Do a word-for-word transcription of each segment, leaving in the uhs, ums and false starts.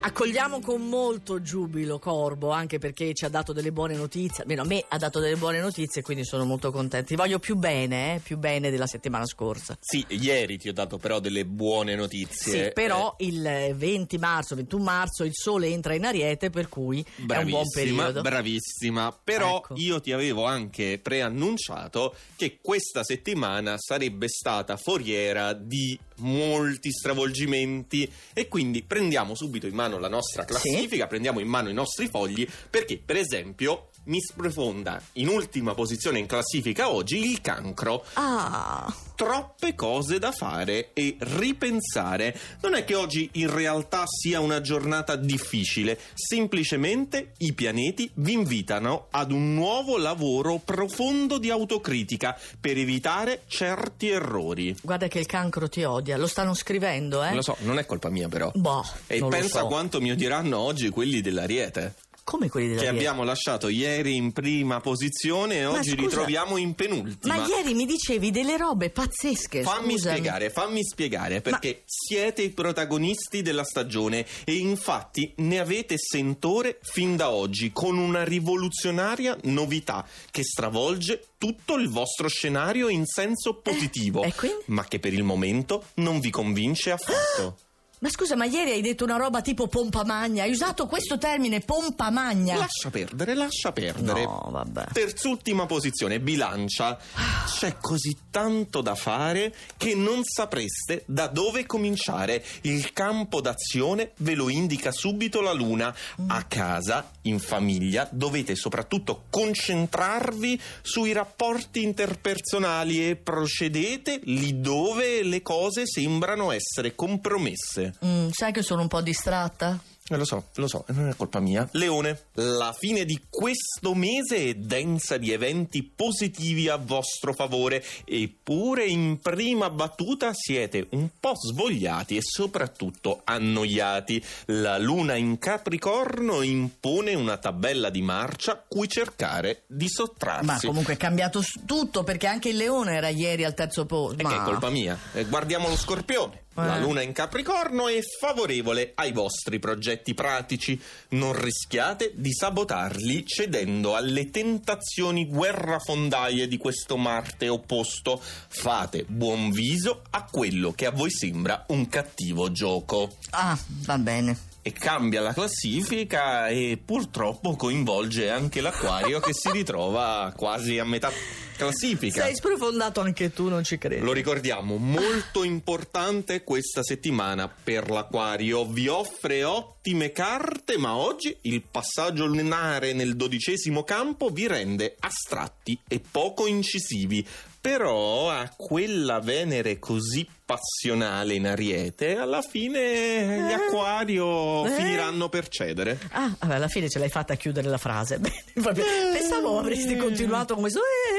Accogliamo con molto giubilo Corbo, anche perché ci ha dato delle buone notizie, almeno a me ha dato delle buone notizie, quindi sono molto contenta. Ti voglio più bene, eh? più bene della settimana scorsa. Sì, ieri ti ho dato però delle buone notizie. Sì, però eh. il venti marzo, ventuno marzo il sole entra in Ariete, per cui è un buon periodo. Bravissima, però ecco. Io ti avevo anche preannunciato che questa settimana sarebbe stata foriera di molti stravolgimenti e quindi prendiamo subito in mano la nostra classifica, sì. prendiamo in mano i nostri fogli, perché per esempio mi sprofonda in ultima posizione in classifica oggi il Cancro. Ah. Troppe cose da fare e ripensare. Non è che oggi in realtà sia una giornata difficile, semplicemente i pianeti vi invitano ad un nuovo lavoro profondo di autocritica per evitare certi errori. Guarda che il Cancro ti odia, lo stanno scrivendo, eh? Lo so, non è colpa mia però. Boh, e non pensa lo so. Quanto mi odieranno oggi quelli dell'Ariete. Come quelli della che Ariete? Abbiamo lasciato ieri in prima posizione e Ma oggi scusa, ritroviamo in penultima. Ma ieri mi dicevi delle robe pazzesche. Fammi scusami. spiegare, fammi spiegare perché ma... siete i protagonisti della stagione e infatti ne avete sentore fin da oggi con una rivoluzionaria novità che stravolge tutto il vostro scenario in senso positivo, eh, ma che per il momento non vi convince affatto. Ma scusa, ma ieri hai detto una roba tipo pompa magna, hai usato questo termine, pompa magna. Lascia perdere, lascia perdere. No, vabbè. Terzultima posizione, bilancia. C'è così tanto da fare che non sapreste da dove cominciare. Il campo d'azione ve lo indica subito la luna. A casa, in famiglia, dovete soprattutto concentrarvi sui rapporti interpersonali e procedete lì dove le cose sembrano essere compromesse. Mm, sai che sono un po' distratta? Eh, lo so, lo so, non è colpa mia. Leone, la fine di questo mese è densa di eventi positivi a vostro favore, eppure in prima battuta siete un po' svogliati e soprattutto annoiati. La luna in Capricorno impone una tabella di marcia cui cercare di sottrarsi. Ma comunque è cambiato tutto, perché anche il Leone era ieri al terzo posto. E Ma... che è colpa mia. Eh, guardiamo lo Scorpione. La luna in Capricorno è favorevole ai vostri progetti pratici. Non rischiate di sabotarli cedendo alle tentazioni guerrafondaie di questo Marte opposto. Fate buon viso a quello che a voi sembra un cattivo gioco. Ah, va bene. E cambia la classifica e purtroppo coinvolge anche l'Acquario che si ritrova quasi a metà classifica. Sei sprofondato anche tu, non ci credo. Lo ricordiamo, molto importante questa settimana per l'Acquario. Vi offre ottime carte, ma oggi il passaggio lunare nel dodicesimo campo vi rende astratti e poco incisivi. Però a quella Venere così passionale in Ariete, alla fine gli Acquario eh? finiranno per cedere. Ah, vabbè, alla fine ce l'hai fatta a chiudere la frase. Bene, proprio. Pensavo avresti continuato come so,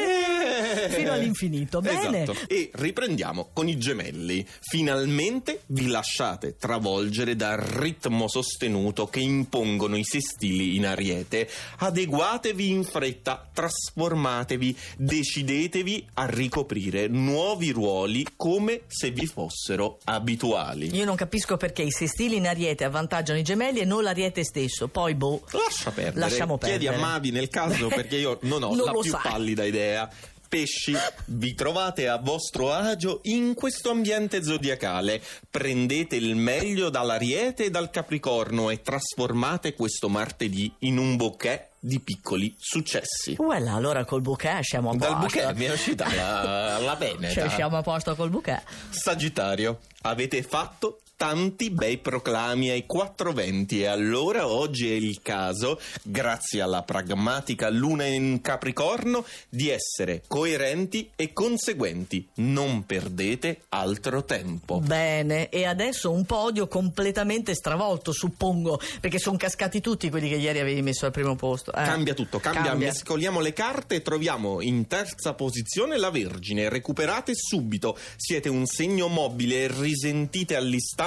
eh, fino all'infinito. Bene. Esatto. E riprendiamo con i Gemelli. Finalmente vi lasciate travolgere dal ritmo sostenuto che impongono i sestili in Ariete. Adeguatevi in fretta, trasformatevi, decidetevi a ricoprire nuovi ruoli come se vi fossero abituali. Io non capisco perché i sestili in Ariete avvantaggiano i Gemelli e non l'Ariete stesso. Poi boh, lascia perdere. Lasciamo perdere. Chiedi a Mavi nel caso, perché io non ho non la più sai. pallida idea. Pesci, vi trovate a vostro agio in questo ambiente zodiacale. Prendete il meglio dall'Ariete e dal Capricorno e trasformate questo martedì in un bouquet di piccoli successi. Voilà, allora col bouquet siamo a posto. Dal bouquet mi è uscita la, la Veneta. Cioè siamo a posto col bouquet. Sagittario, avete fatto tanti bei proclami ai quattro venti e allora oggi è il caso, grazie alla pragmatica luna in Capricorno, di essere coerenti e conseguenti. Non perdete altro tempo. Bene, e adesso un podio completamente stravolto, suppongo, perché sono cascati tutti quelli che ieri avevi messo al primo posto. Eh. Cambia tutto, cambia, cambia. Mescoliamo le carte e troviamo in terza posizione la Vergine. Recuperate subito, siete un segno mobile e risentite all'istante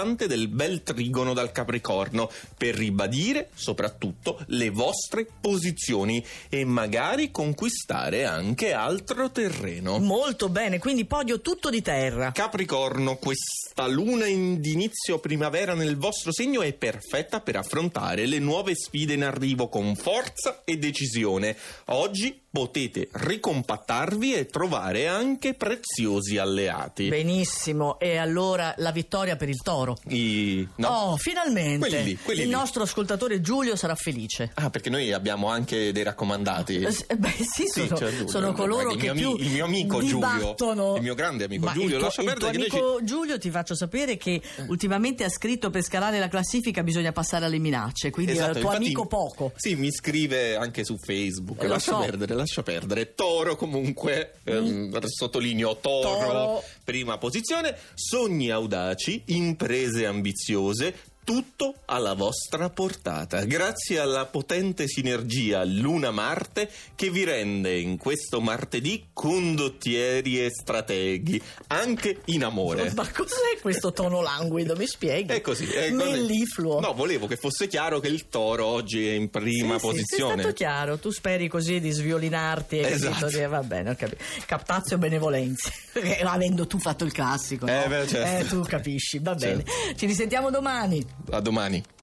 importante del bel trigono dal Capricorno, per ribadire soprattutto le vostre posizioni e magari conquistare anche altro terreno. Molto bene, quindi podio tutto di terra. Capricorno, questa luna in inizio primavera nel vostro segno è perfetta per affrontare le nuove sfide in arrivo con forza e decisione. Oggi potete ricompattarvi e trovare anche preziosi alleati. Benissimo, e allora la vittoria per il Toro. I... No. Oh, finalmente! Quelli lì, quelli il lì. nostro ascoltatore Giulio sarà felice. Ah, perché noi abbiamo anche dei raccomandati. Eh, beh, sì, Sì, sono, c'è Giulio. sono coloro il che mio, più il mio amico dibattono. Giulio, il mio grande amico Ma Giulio, il tuo, lascia il perdere tuo che amico noi ci... Giulio, ti faccio sapere che ultimamente ha scritto: per scalare la classifica bisogna passare alle minacce, quindi Esatto, il tuo infatti, amico poco. Sì, mi scrive anche su Facebook. Eh, lo lascia so. perdere, lascia perdere. Toro comunque, ehm, sottolineo Toro, Toro. prima posizione. Sogni audaci, imprese ambiziose, tutto alla vostra portata, grazie alla potente sinergia Luna-Marte che vi rende in questo martedì condottieri e strateghi, anche in amore. Ma cos'è questo tono languido? Mi spieghi? È così, è così. Mellifluo. No, volevo che fosse chiaro che il Toro oggi è in prima Sì, posizione. Sì, è stato chiaro, tu speri così di sviolinarti, hai Esatto. capito? Di- va bene, ho capito. Captazio benevolenze, Eh, avendo tu fatto il classico, no? Eh, beh, certo. Eh, tu capisci, va bene. Ci risentiamo domani. A domani.